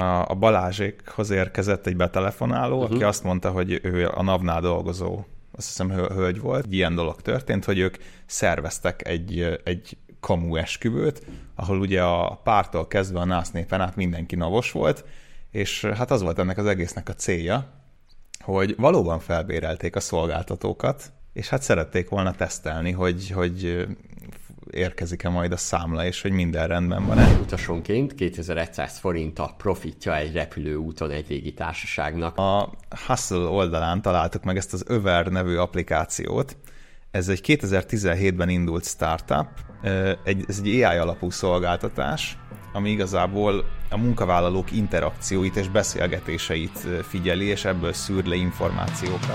a Balázsékhoz érkezett egy betelefonáló, aki azt mondta, hogy ő a NAV-nál dolgozó, azt hiszem hölgy volt. Ilyen dolog történt, hogy ők szerveztek egy kamu esküvőt, ahol ugye a pártól kezdve a nász népen át mindenki navos volt, és hát az volt ennek az egésznek a célja, hogy valóban felbérelték a szolgáltatókat, és hát szerették volna tesztelni, hogy érkezik-e majd a számla, és hogy minden rendben van-e. Utasonként 2100 forint a profitja egy repülőúton egy légitársaságnak. A Hustle oldalán találtuk meg ezt az Över nevű applikációt. Ez egy 2017-ben indult startup, ez egy AI alapú szolgáltatás, ami igazából a munkavállalók interakcióit és beszélgetéseit figyeli, és ebből szűr le információkat.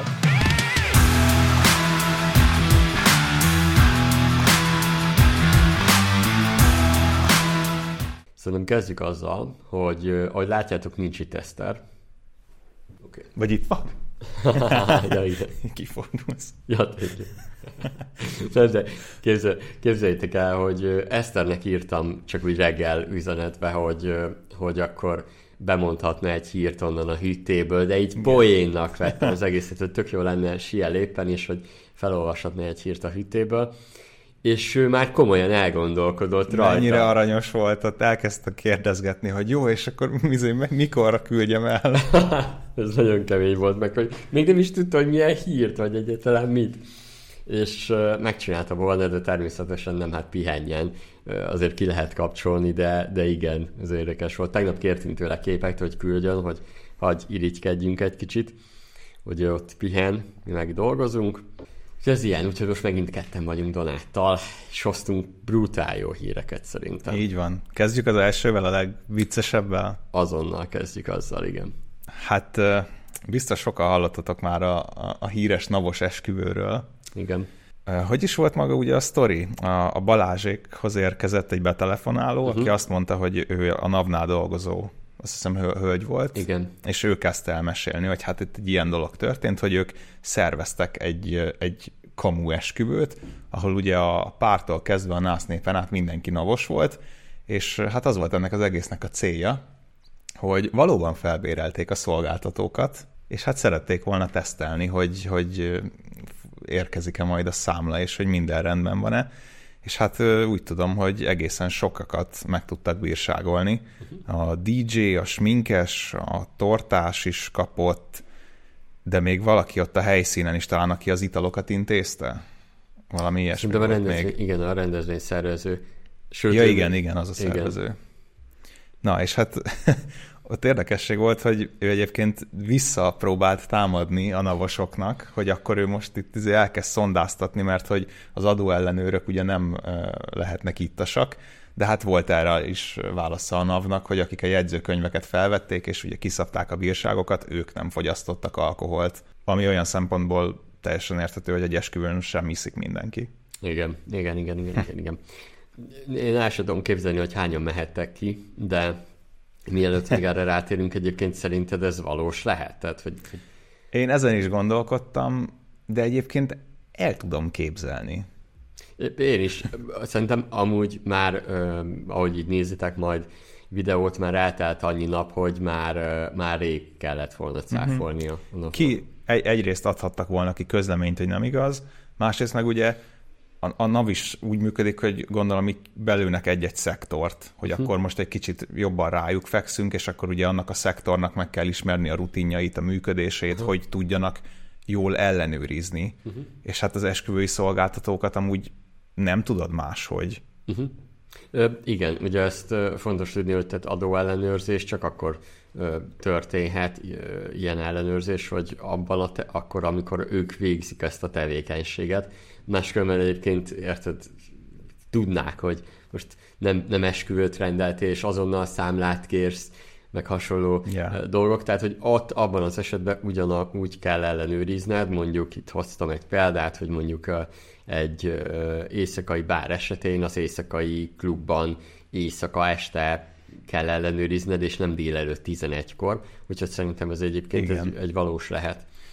Szerintem kezdjük azzal, hogy ahogy látjátok, nincs itt Eszter. Okay. Vagy itt van? Ja, igen. Kifordulsz. Ja, képzeljétek el, hogy Eszternek írtam csak úgy reggel üzenetbe, hogy akkor bemondhatna egy hírt onnan a hűtéből, de így poénnak vettem az egészet, hogy tök jó lenne siel éppen, és hogy felolvashatna egy hírt a hűtéből. És ő már komolyan elgondolkodott rajta. Mennyire aranyos volt, ott elkezdte kérdezgetni, hogy jó, és akkor mikorra küldjem el? Ez nagyon kemény volt meg, hogy még nem is tudta, hogy milyen hírt, vagy egyáltalán mit. És megcsinálta volna, de természetesen nem, hát pihenjen. Azért ki lehet kapcsolni, de igen, ez érdekes volt. Tegnap kértünk tőle képeket, hogy küldjön, hogy hagyj irigykedjünk egy kicsit, hogy ott pihen, mi meg dolgozunk. Ez ilyen, úgyhogy most megint ketten vagyunk Donáttal, és hoztunk brutál jó híreket szerintem. Így van. Kezdjük az elsővel, a legviccesebbel? Azonnal kezdjük azzal, igen. Hát biztos sokan hallottatok már a híres navos esküvőről. Igen. Hogy is volt maga ugye a sztori? A Balázsékhoz érkezett egy betelefonáló, aki azt mondta, hogy ő a NAV-nál dolgozó, azt hiszem hölgy volt. Igen. És ő kezdte elmesélni, hogy hát itt egy ilyen dolog történt, hogy ők szerveztek egy kamu esküvőt, ahol ugye a pártól kezdve a nász népen át mindenki navos volt, és hát az volt ennek az egésznek a célja, hogy valóban felbérelték a szolgáltatókat, és hát szerették volna tesztelni, hogy érkezik-e majd a számla, és hogy minden rendben van-e. És hát úgy tudom, hogy egészen sokakat meg tudtak bírságolni. A DJ, a sminkes, a tortás is kapott, de még valaki ott a helyszínen is talán, aki az italokat intézte. Valami ilyesmi volt még. Igen, a rendezvény szervező. Sőt, ja, igen, az a szervező. Igen. Na, és hát ott érdekesség volt, hogy ő egyébként visszapróbált támadni a navosoknak, hogy akkor ő most itt elkezd szondáztatni, mert hogy az adóellenőrök ugye nem lehetnek ittasak, de hát volt erre is válasza a NAV-nak, hogy akik a jegyzőkönyveket felvették, és ugye kiszabták a bírságokat, ők nem fogyasztottak alkoholt. Ami olyan szempontból teljesen érthető, hogy egy esküvőn sem iszik mindenki. Igen. Én el sem tudom képzelni, hogy hányan mehettek ki, de mielőtt még erre rátérünk, egyébként szerinted ez valós lehet? Tehát, hogy... Én ezen is gondolkodtam, de egyébként el tudom képzelni. Én is. Szerintem amúgy már, ahogy így nézitek majd videót, már eltelt annyi nap, hogy már rég kellett volna cáfolnia. Ki egyrészt adhattak volna ki közleményt, hogy nem igaz, másrészt meg ugye a NAV is úgy működik, hogy gondolom így belőnek egy-egy szektort, hogy akkor most egy kicsit jobban rájuk fekszünk, és akkor ugye annak a szektornak meg kell ismerni a rutinjait, a működését, hogy tudjanak jól ellenőrizni. És hát az esküvői szolgáltatókat amúgy nem tudod máshogy. Igen, ugye ezt fontos tudni, hogy tehát adóellenőrzés csak akkor történhet ilyen ellenőrzés, hogy abban akkor, amikor ők végzik ezt a tevékenységet. Máskülönben egyébként, érted, tudnák, hogy most nem esküvőt rendeltél, és azonnal számlát kérsz, meg hasonló dolgok. Tehát, hogy ott abban az esetben ugyanúgy kell ellenőrizned. Mondjuk itt hoztam egy példát, hogy mondjuk egy éjszakai bár esetén az éjszakai klubban éjszaka este kell ellenőrizned, és nem délelőtt 11-kor. Úgyhogy szerintem ez egyébként egy valós lehet.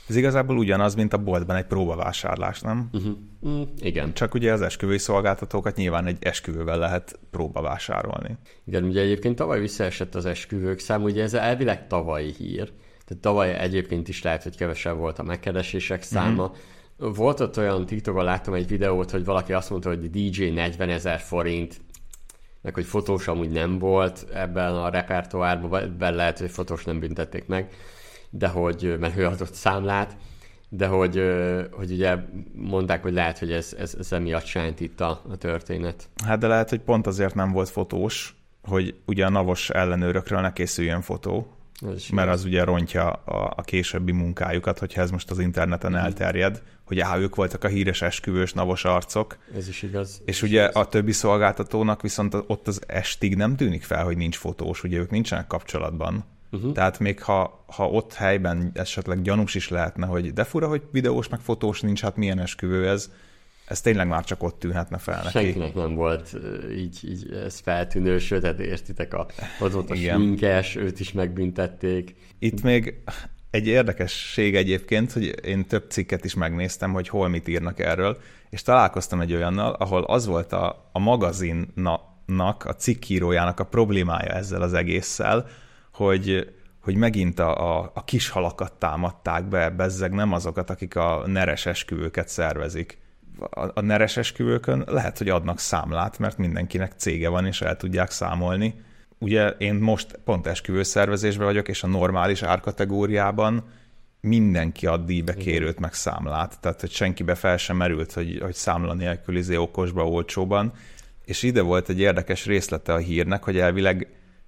Ez igazából ugyanaz, mint a boltban egy próbavásárlás, nem? Igen. Csak ugye az esküvői szolgáltatókat nyilván egy esküvővel lehet próbavásárolni. Igen, ugye egyébként tavaly visszaesett az esküvők szám, ugye ez elvileg tavalyi hír. Tehát tavaly egyébként is lehet, hogy kevesebb volt a megkeresések száma. Volt ott olyan TikTokon, láttam egy videót, hogy valaki azt mondta, hogy DJ 40 000 forint, meg hogy fotós amúgy nem volt ebben a repertoárban, ebben lehet, hogy fotós nem büntették meg, de hogy, mert ő adott számlát, de hogy ugye mondták, hogy lehet, hogy ez emiatt sánt itt a történet. Hát de lehet, hogy pont azért nem volt fotós, hogy ugye a navos ellenőrökről ne készüljön fotó, mert az ugye rontja a későbbi munkájukat, hogyha ez most az interneten elterjed, hogy ők voltak a híres esküvős navos arcok. Ez is igaz. És ugye a többi szolgáltatónak viszont ott az estig nem tűnik fel, hogy nincs fotós, ugye ők nincsenek kapcsolatban. Tehát még ha ott helyben esetleg gyanús is lehetne, hogy de fura, hogy videós meg fotós nincs, hát milyen esküvő ez tényleg már csak ott tűnhetne fel neki. Senkinek nem volt így ez feltűnő, sőt, értitek, az volt a sminkes, őt is megbüntették. Itt még egy érdekesség egyébként, hogy én több cikket is megnéztem, hogy hol mit írnak erről, és találkoztam egy olyannal, ahol az volt a magazinnak, a cikkírójának a problémája ezzel az egésszel, hogy megint a kis halakat támadták be, bezzeg nem azokat, akik a neres esküvőket szervezik. A neres esküvőkön lehet, hogy adnak számlát, mert mindenkinek cége van, és el tudják számolni. Ugye én most pont esküvőszervezésben vagyok, és a normális árkategóriában mindenki ad díjbekérőt meg számlát. Tehát, hogy senkibe fel sem merült, hogy számla nélkül okosba, olcsóban. És ide volt egy érdekes részlete a hírnek, hogy elvileg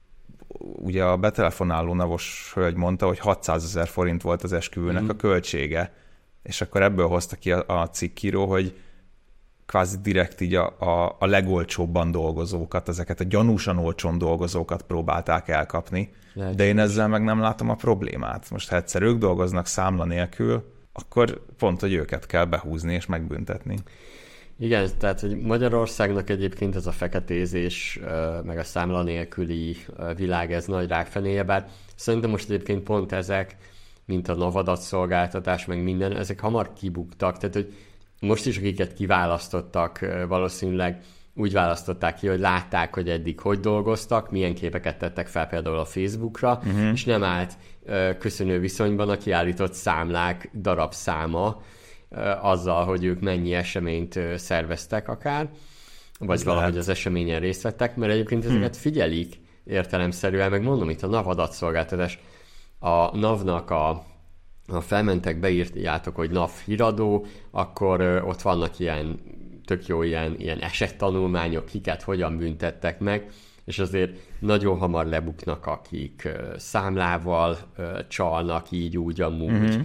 ugye a betelefonáló navos hölgy mondta, hogy 600 000 forint volt az esküvőnek a költsége. És akkor ebből hozta ki a cikkíró, hogy kvázi direkt így a legolcsóbban dolgozókat, ezeket a gyanúsan olcsón dolgozókat próbálták elkapni. De én ezzel meg nem látom a problémát. Most ha egyszer ők dolgoznak számla nélkül, akkor pont, hogy őket kell behúzni és megbüntetni. Igen, tehát hogy Magyarországnak egyébként ez a feketézés, meg a számla nélküli világ, ez nagy rákfenéje, bár szerintem most egyébként pont ezek, mint a NAV adatszolgáltatás, meg minden, ezek hamar kibuktak, tehát hogy most is akiket kiválasztottak, valószínűleg úgy választották ki, hogy látták, hogy eddig hogy dolgoztak, milyen képeket tettek fel például a Facebookra, és nem állt köszönő viszonyban a kiállított számlák darabszáma azzal, hogy ők mennyi eseményt szerveztek akár, vagy valahogy az eseményen részt vettek, mert egyébként ezeket figyelik értelemszerűen, meg mondom, itt a NAV adatszolgáltatás, a NAV-nak ha felmentek, beírjátok, hogy NAV híradó, akkor ott vannak ilyen tök jó ilyen esettanulmányok, kiket hogyan büntettek meg, és azért nagyon hamar lebuknak, akik számlával csalnak, így úgy amúgy.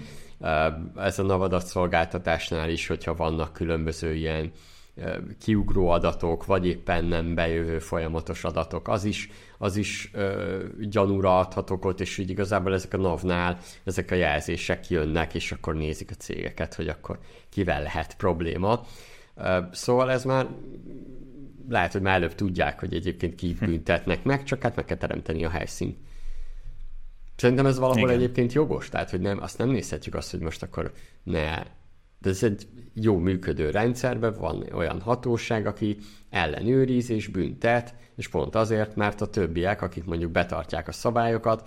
Ez a NAV adatszolgáltatásnál is, hogyha vannak különböző ilyen kiugró adatok, vagy éppen nem bejövő folyamatos adatok, az is gyanúra adhatok ott, és így igazából ezek a NAV-nál ezek a jelzések jönnek, és akkor nézik a cégeket, hogy akkor kivel lehet probléma. Szóval ez már lehet, hogy már előbb tudják, hogy egyébként ki büntetnek meg, csak hát meg kell teremteni a helyszínt. Szerintem ez valahol egyébként jogos, tehát hogy azt nem nézhetjük azt, hogy most akkor ne. De ez egy jó működő rendszerben van olyan hatóság, aki ellenőriz és büntet, és pont azért, mert a többiek, akik mondjuk betartják a szabályokat,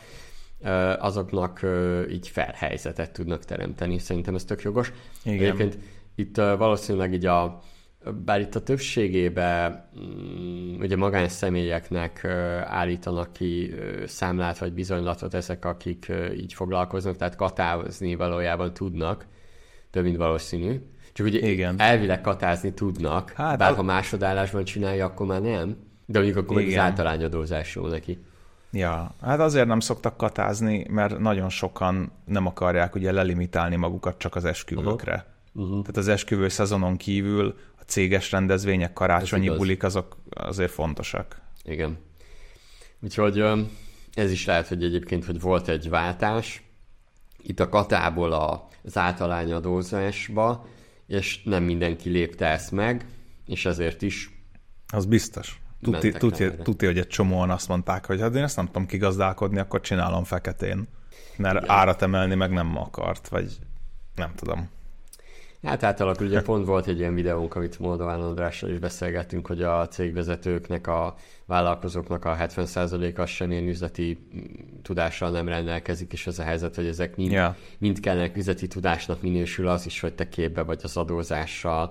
azoknak így fair helyzetet tudnak teremteni. Szerintem ez tök jogos. Igen. Egyébként itt valószínűleg így bár itt a többségében ugye magánszemélyeknek állítanak ki számlát vagy bizonylatot ezek, akik így foglalkoznak, tehát katázni valójában tudnak, több mint valószínű. Csak ugye elvileg katázni tudnak, hát bár ha másodállásban csinálja, akkor már nem. De mondjuk akkor meg az általányadózás jó neki. Ja, hát azért nem szoktak katázni, mert nagyon sokan nem akarják ugye lelimitálni magukat csak az esküvőkre. Tehát az esküvő szezonon kívül a céges rendezvények, karácsonyi bulik, azok azért fontosak. Igen. Úgyhogy ez is lehet, hogy egyébként, hogy volt egy váltás itt a katából az általányadózásba, és nem mindenki lépte ezt meg, és ezért is az biztos. Tudja, hogy egy csomóan azt mondták, hogy hát én ezt nem tudom kigazdálkodni, akkor csinálom feketén. Mert árat emelni meg nem akart, vagy nem tudom. Hát átalakul, ugye pont volt egy ilyen videónk, amit Moldován Andrással is beszélgettünk, hogy a cégvezetőknek, a vállalkozóknak a 70%-a semmilyen üzleti tudással nem rendelkezik, és az a helyzet, hogy ezek mind kellene üzleti tudásnak minősül, az is, hogy te képbe vagy az adózással,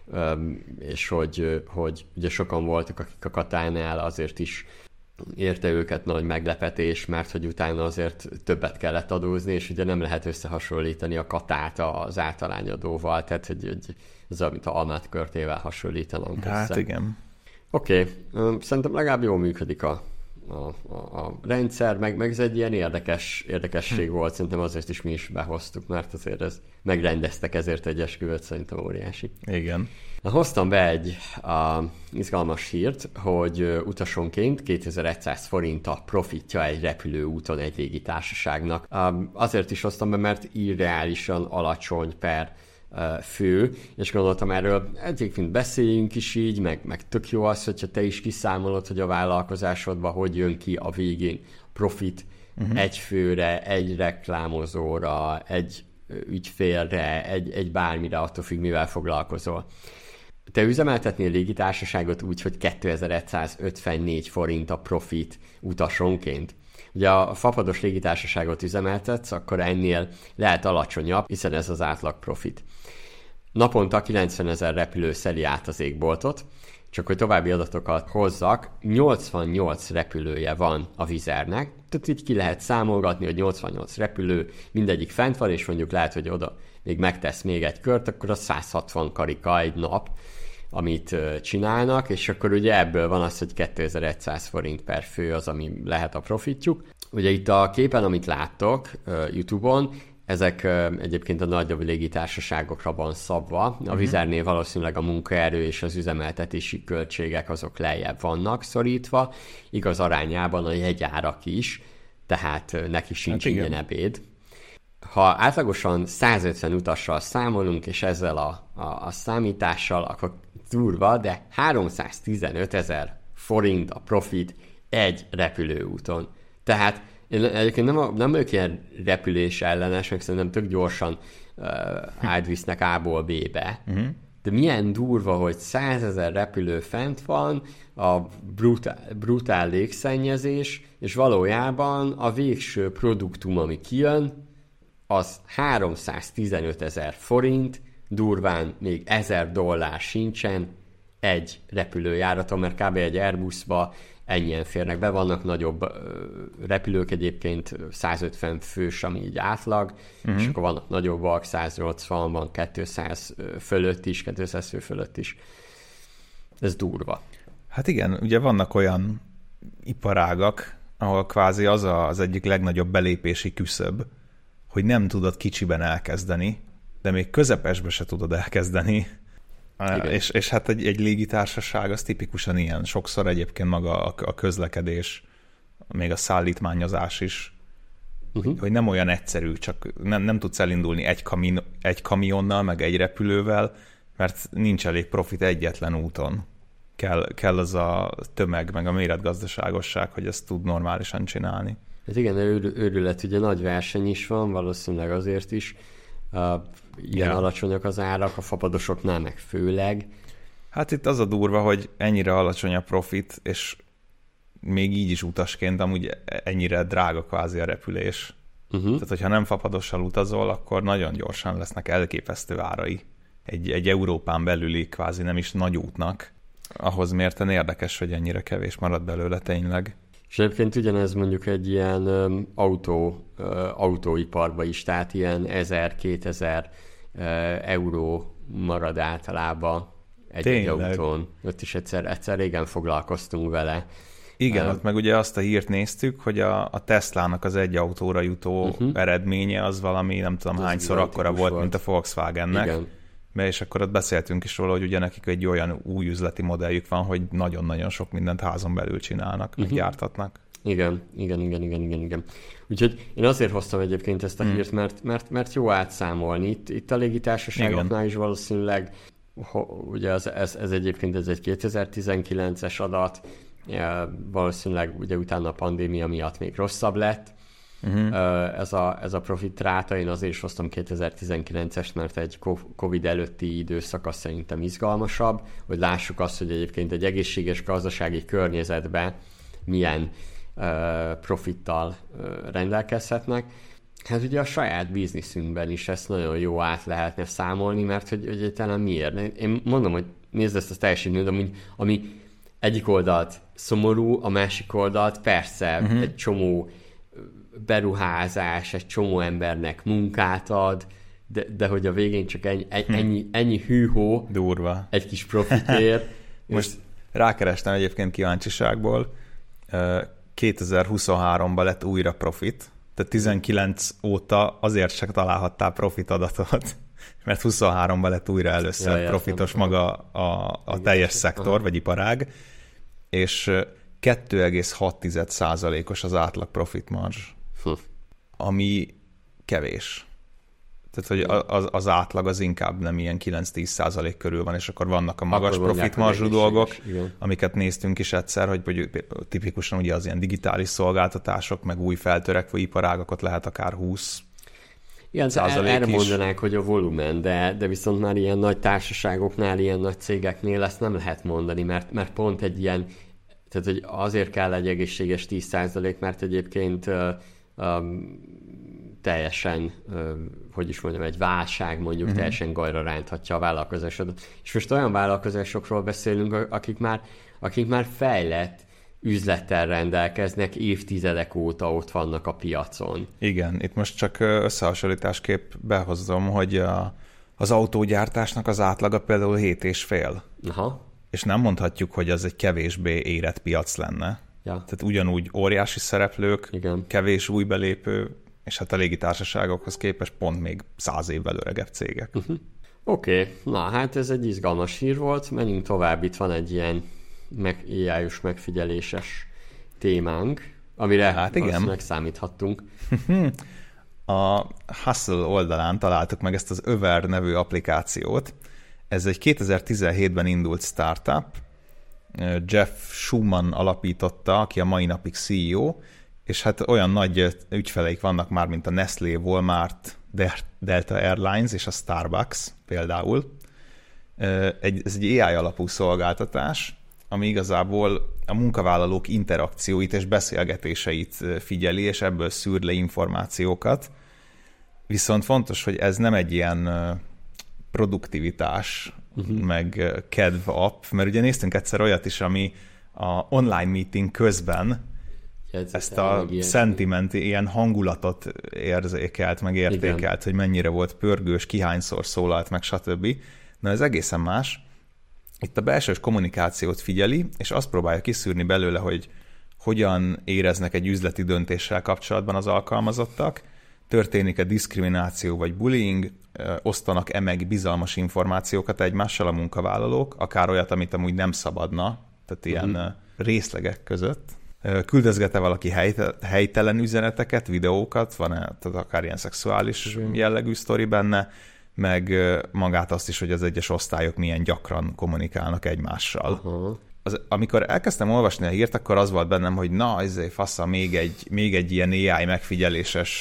és hogy ugye sokan voltak, akik a Katánál azért is érte őket nagy meglepetés, mert hogy utána azért többet kellett adózni, és ugye nem lehet összehasonlítani a Katát az általányadóval, tehát hogy ez amit a almát körtével hasonlítanánk össze. Hát igen. Oké. Szerintem legalább jól működik a rendszer, meg ez egy ilyen érdekesség volt, szerintem azért is mi is behoztuk, mert azért ez megrendeztek ezért egy esküvőt, szerintem óriási. Igen. Hoztam be egy izgalmas hírt, hogy utasonként 2100 forint a profitja egy repülőúton egy légitársaságnak. Azért is hoztam be, mert irreálisan alacsony per fő, és gondoltam erről egyébként beszéljünk is így, meg tök jó az, hogyha te is kiszámolod, hogy a vállalkozásodban hogy jön ki a végén profit egy főre, egy reklámozóra, egy ügyfélre, egy bármire, attól függ, mivel foglalkozol. Te üzemeltetnél légitársaságot úgy, hogy 2154 forint a profit utasonként. Ugye a fapados légitársaságot üzemeltetsz, akkor ennél lehet alacsonyabb, hiszen ez az átlag profit. Naponta 90 000 repülő szeli át az égboltot, csak hogy további adatokat hozzak, 88 repülője van a Wizzairnek, tehát így ki lehet számolgatni, hogy 88 repülő, mindegyik fent van, és mondjuk lehet, hogy oda még megtesz még egy kört, akkor az 160 karika egy nap, amit csinálnak, és akkor ugye ebből van az, hogy 2100 forint per fő az, ami lehet a profitjuk. Ugye itt a képen, amit láttok YouTube-on, ezek egyébként a nagyobb légitársaságokra van szabva. A Wizzairnél valószínűleg a munkaerő és az üzemeltetési költségek azok lejjebb vannak szorítva, igaz arányában a jegyárak is, tehát neki sincs ingyen ebéd. Ha átlagosan 150 utassal számolunk, és ezzel a számítással, akkor durva, de 315 000 forint a profit egy repülőúton. Tehát én egyébként nem vagyok ilyen repülés ellenes, meg szerintem tök gyorsan átvisznek A-ból B-be. De milyen durva, hogy 100 000 repülő fent van, a brutál légszennyezés, és valójában a végső produktum, ami kijön, az 315 000 forint, durván még $1000 sincsen egy repülőjáraton, mert kb. Egy Airbusba ennyien férnek be, vannak nagyobb repülők egyébként, 150 fős, ami így átlag, és akkor vannak nagyobbak, 180, van 200 fölött is, 200 fő fölött is. Ez durva. Hát igen, ugye vannak olyan iparágak, ahol kvázi az egyik legnagyobb belépési küszöb, hogy nem tudod kicsiben elkezdeni, de még közepesbe se tudod elkezdeni. És hát egy légitársaság az tipikusan ilyen. Sokszor egyébként maga a közlekedés, még a szállítmányozás is, hogy nem olyan egyszerű, csak nem tudsz elindulni egy kamionnal, meg egy repülővel, mert nincs elég profit egyetlen úton. Kell az a tömeg, meg a méretgazdaságosság, hogy ezt tud normálisan csinálni. Hát igen, őrület, ugye nagy verseny is van, valószínűleg azért is. Ilyen alacsonyak az árak, a fapadosoknál meg főleg. Hát itt az a durva, hogy ennyire alacsony a profit, és még így is utasként amúgy ennyire drága kvázi a repülés. Tehát, hogyha nem fapadossal utazol, akkor nagyon gyorsan lesznek elképesztő árai. Egy Európán belüli kvázi nem is nagy útnak. Ahhoz mérten érdekes, hogy ennyire kevés marad belőle tényleg. És egyébként ugyanez mondjuk egy ilyen autóiparba is, tehát ilyen 1000-2000 euró marad általában egy autón. Ott is egyszer régen foglalkoztunk vele. Igen, ott meg ugye azt a hírt néztük, hogy a Teslának az egy autóra jutó eredménye az valami, nem tudom hányszor akkora volt, mint a Volkswagennek. Igen. És akkor ott beszéltünk is róla, hogy ugye nekik egy olyan új üzleti modelljük van, hogy nagyon-nagyon sok mindent házon belül csinálnak, meg gyártatnak. Igen. Úgyhogy én azért hoztam egyébként ezt a hírt, mert jó átszámolni. Itt a légitársaságoknál is valószínűleg, ugye ez egyébként egy 2019-es adat, valószínűleg ugye utána a pandémia miatt még rosszabb lett, ez a profit ráta. Én azért is hoztam 2019-est, mert egy Covid előtti időszak az szerintem izgalmasabb, hogy lássuk azt, hogy egyébként egy egészséges gazdasági környezetben milyen profittal rendelkezhetnek. Hát ugye a saját bizniszünkben is ezt nagyon jó át lehetne számolni, mert hogy egyáltalán miért? Én mondom, hogy nézd ezt a teljesítményt, ami egyik oldalt szomorú, a másik oldalt persze egy csomó beruházás, egy csomó embernek munkát ad, de hogy a végén csak ennyi hűhó, durva, egy kis profitért. Most rákerestem egyébként kíváncsiságból, 2023-ban lett újra profit, tehát 19 óta azért se találhattál profit adatot, mert 23-ban lett újra először profitos maga a teljes szektor, vagy iparág, és 2,6%-os az átlag profit marzs, ami kevés. Tehát, hogy az átlag az inkább nem ilyen 9-10% körül van, és akkor vannak a magas profit marzsú dolgok, amiket néztünk is egyszer, hogy tipikusan ugye az ilyen digitális szolgáltatások, meg új feltörekvő iparágakat lehet akár 20%. Igen, erre mondanák, hogy a volumen, de viszont már ilyen nagy társaságoknál, ilyen nagy cégeknél ezt nem lehet mondani, mert pont egy ilyen, tehát hogy azért kell egy egészséges 10%, mert egyébként teljesen, hogy is mondjam, egy válság mondjuk teljesen gajra ránthatja a vállalkozásodat. És most olyan vállalkozásokról beszélünk, akik már fejlett üzlettel rendelkeznek, évtizedek óta ott vannak a piacon. Igen, itt most csak összehasonlításképp behozom, hogy az autógyártásnak az átlaga például 7,5. Aha. És nem mondhatjuk, hogy az egy kevésbé érett piac lenne. Ja. Tehát ugyanúgy óriási szereplők, igen, kevés új belépő, és hát a légitársaságokhoz képest pont még 100 évvel öregebb cégek. Oké, na hát ez egy izgalmas hír volt, menjünk tovább, itt van egy ilyen AI-os megfigyeléses témánk, amire hát igen, megszámíthattunk. A Hustle oldalán találtuk meg ezt az Over nevű applikációt. Ez egy 2017-ben indult startup, Jeff Schuman alapította, aki a mai napig CEO, és hát olyan nagy ügyfeleik vannak már, mint a Nestlé, Walmart, Delta Airlines és a Starbucks például. Ez egy AI alapú szolgáltatás, ami igazából a munkavállalók interakcióit és beszélgetéseit figyeli, és ebből szűr le információkat. Viszont fontos, hogy ez nem egy ilyen produktivitás, meg kedv app, mert ugye néztünk egyszer olyat is, ami a online meeting közben ezt a sentiment, ilyen hangulatot érzékelt, meg értékelt, igen, hogy mennyire volt pörgős, ki hányszor szólalt, meg stb. Na ez egészen más. Itt a belsős kommunikációt figyeli, és azt próbálja kiszűrni belőle, hogy hogyan éreznek egy üzleti döntéssel kapcsolatban az alkalmazottak, történik-e diszkrimináció vagy bullying, osztanak-e meg bizalmas információkat egymással a munkavállalók, akár olyat, amit amúgy nem szabadna, tehát ilyen részlegek között. Küldözget-e valaki helytelen üzeneteket, videókat, van-e tehát akár ilyen szexuális jellegű sztori benne, meg magát azt is, hogy az egyes osztályok milyen gyakran kommunikálnak egymással. Amikor elkezdtem olvasni a hírt, akkor az volt bennem, hogy na, fasza, még egy ilyen AI megfigyeléses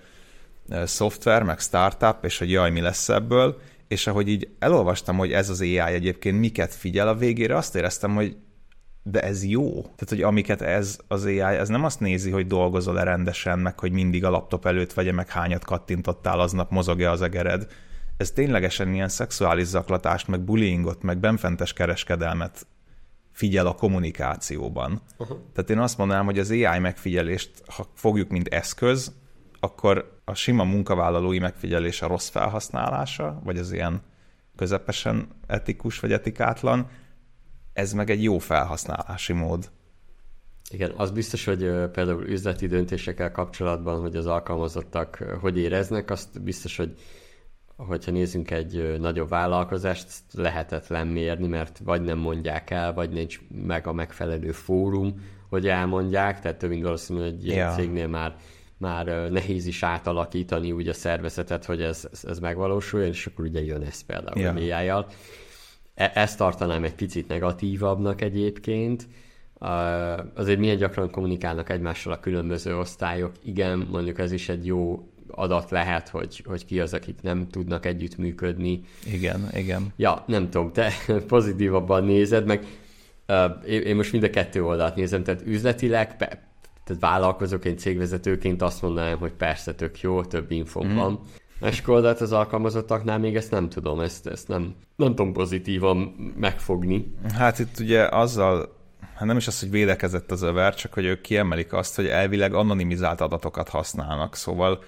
szoftver, meg startup, és hogy jaj, mi lesz ebből, és ahogy így elolvastam, hogy ez az AI egyébként miket figyel, a végére azt éreztem, hogy de ez jó. Tehát, hogy amiket ez az AI, ez nem azt nézi, hogy dolgozol-e rendesen, meg hogy mindig a laptop előtt vagy, meg hányat kattintottál aznap, mozog-e az egered. Ez ténylegesen ilyen szexuális zaklatást, meg bullyingot, meg benfentes kereskedelmet figyel a kommunikációban. Tehát én azt mondanám, hogy az AI megfigyelést, ha fogjuk mint eszköz, akkor a sima munkavállalói megfigyelés a rossz felhasználása, vagy az ilyen közepesen etikus vagy etikátlan, ez meg egy jó felhasználási mód. Igen, az biztos, hogy például üzleti döntésekkel kapcsolatban, hogy az alkalmazottak hogy éreznek, azt biztos, hogy hogyha nézzünk egy nagyobb vállalkozást, lehetetlen mérni, mert vagy nem mondják el, vagy nincs meg a megfelelő fórum, hogy elmondják, tehát több mint valószínű, hogy egy ilyen cégnél már nehéz is átalakítani úgy a szervezetet, hogy ez megvalósuljon, és akkor ugye jön ez például AI-jal. Ezt tartanám egy picit negatívabbnak egyébként, azért milyen gyakran kommunikálnak egymással a különböző osztályok. Igen, mondjuk ez is egy jó adat lehet, hogy ki az, akik nem tudnak együttműködni. Igen. Ja, nem tudom, te pozitívabban nézed, meg én most mind a kettő oldalt nézem, tehát üzletileg, tehát vállalkozóként, cégvezetőként azt mondanám, hogy persze tök jó, több infom van. Másik oldalt az alkalmazottaknál még ezt nem tudom, ezt nem tudom pozitívan megfogni. Hát itt ugye azzal, hát nem is az, hogy védekezett az Över, csak hogy ők kiemelik azt, hogy elvileg anonimizált adatokat használnak, szóval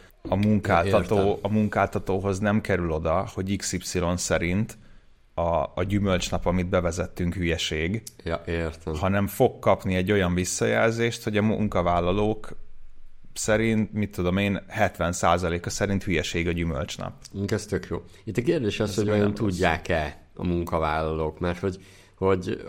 a munkáltatóhoz nem kerül oda, hogy XY szerint a gyümölcsnap, amit bevezettünk, hülyeség, ja, értem. hanem fog kapni egy olyan visszajelzést, hogy a munkavállalók szerint, mit tudom én, 70%-a szerint hülyeség a gyümölcsnap. Ez tök jó. Itt a kérdés az, hogy olyan tudják-e a munkavállalók, mert hogy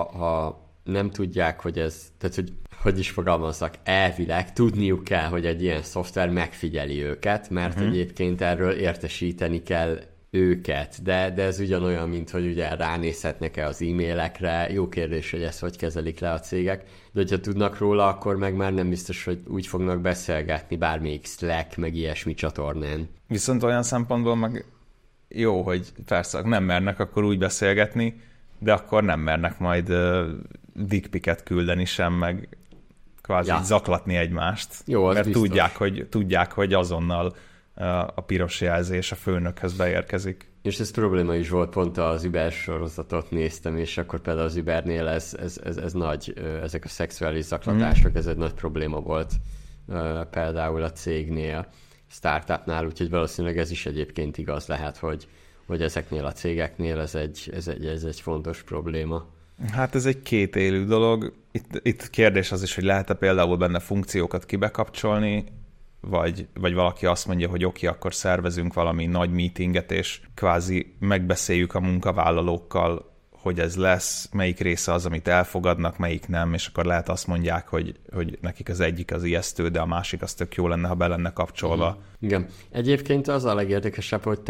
ha nem tudják, hogy ez, tehát hogy is fogalmazzak, elvileg tudniuk kell, hogy egy ilyen szoftver megfigyeli őket, mert egyébként erről értesíteni kell őket, de ez ugyanolyan, mint hogy ugye ránézhetnek-e az e-mailekre. Jó kérdés, hogy ezt hogy kezelik le a cégek, de hogyha tudnak róla, akkor meg már nem biztos, hogy úgy fognak beszélgetni bármelyik Slack, meg ilyesmi csatornán. Viszont olyan szempontból meg jó, hogy persze nem mernek akkor úgy beszélgetni, de akkor nem mernek majd dickpicket küldeni sem, meg kvázi zaklatni egymást. Jó, az mert biztos. tudják, hogy azonnal a piros jelzés a főnökhöz beérkezik. És ez probléma is volt, pont az Uber sorozatot néztem, és akkor például az Ubernél ez nagy, ezek a szexuális zaklatások, ez egy nagy probléma volt például a cégnél, startupnál, úgyhogy valószínűleg ez is egyébként igaz lehet, hogy ezeknél a cégeknél ez egy fontos probléma. Hát ez egy kétélű dolog. Itt kérdés az is, hogy lehet-e például benne funkciókat kibekapcsolni, vagy valaki azt mondja, hogy oké, akkor szervezünk valami nagy meetinget, és kvázi megbeszéljük a munkavállalókkal, hogy ez lesz, melyik része az, amit elfogadnak, melyik nem, és akkor lehet azt mondják, hogy nekik az egyik az ijesztő, de a másik az tök jó lenne, ha be lenne kapcsolva. Igen. Egyébként az a legérdekesebb, hogy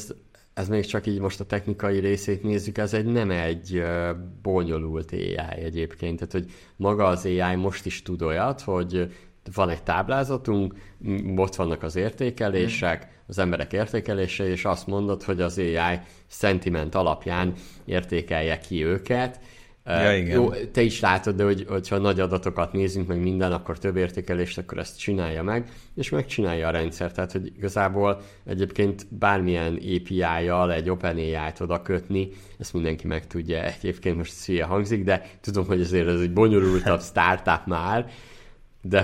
ez még csak így most a technikai részét nézzük, ez nem egy bonyolult AI egyébként. Tehát, hogy maga az AI most is tud olyat, hogy van egy táblázatunk, ott vannak az értékelések, az emberek értékelése, és azt mondod, hogy az AI sentiment alapján értékelje ki őket. Ja, igen. Jó, te is látod, de hogyha nagy adatokat nézünk, meg minden, akkor több értékelést, akkor ezt csinálja meg, és megcsinálja a rendszer. Tehát, hogy igazából egyébként bármilyen API-jal egy OpenAI-t oda kötni, ezt mindenki meg tudja. Egyébként most szülye hangzik, de tudom, hogy azért ez egy bonyolultabb startup már, de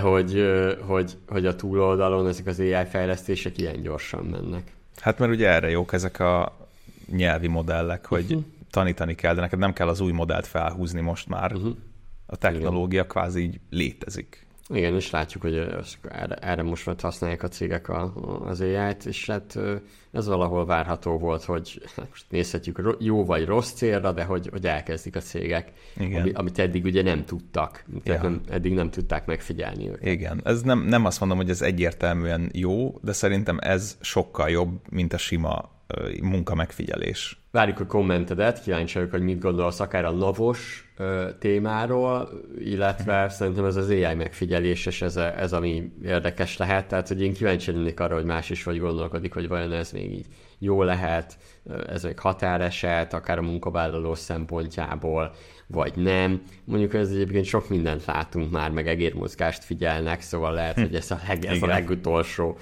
hogy a túloldalon ezek az AI fejlesztések ilyen gyorsan mennek. Hát mert ugye erre jók ezek a nyelvi modellek, hogy tanítani kell, de neked nem kell az új modellt felhúzni most már. A technológia kvázi így létezik. Igen, és látjuk, hogy erre most már használják a cégek az AI-t, és hát ez valahol várható volt, hogy most nézhetjük jó vagy rossz célra, de hogy elkezdik a cégek, amit eddig ugye nem tudtak, tehát eddig nem tudták megfigyelni őket. Igen, ez nem azt mondom, hogy ez egyértelműen jó, de szerintem ez sokkal jobb, mint a sima munka megfigyelés. Várjuk a kommentedet, kíváncsi vagyok, hogy mit gondolsz akár a NAV-os témáról, illetve szerintem ez az AI megfigyelés, és ez ami érdekes lehet, tehát hogy én kíváncsi lennék arra, hogy más is vagy gondolkodik, hogy vajon ez még így jó lehet, ez egy határeset, akár a munkavállaló szempontjából, vagy nem. Mondjuk ez egyébként sok mindent látunk már, meg egérmozgást figyelnek, szóval lehet, hogy ez a legutolsó,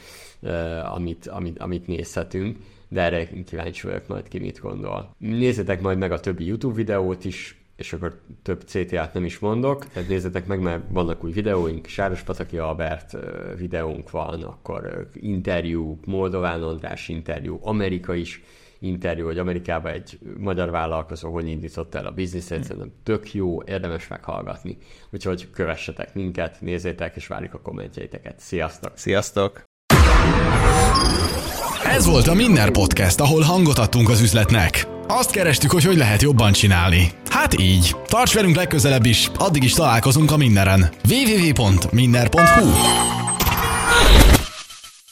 amit nézhetünk. De erre kíváncsi vagyok majd ki mit gondol. Nézzétek majd meg a többi YouTube videót is, és akkor több CTA-t nem is mondok, tehát nézzétek meg, mert vannak új videóink, Sárospataki Albert videónk van, akkor interjú, Moldován András interjú, Amerika is interjú, hogy Amerikában egy magyar vállalkozó hogy indította el a bizniszet, szerintem tök jó, érdemes meghallgatni. Úgyhogy kövessetek minket, nézzétek, és várjuk a kommentjeiteket. Sziasztok! Sziasztok! Ez volt a Minner Podcast, ahol hangot adtunk az üzletnek. Azt kerestük, hogy lehet jobban csinálni. Hát így. Tarts velünk legközelebb is, addig is találkozunk a Minneren. www.minner.hu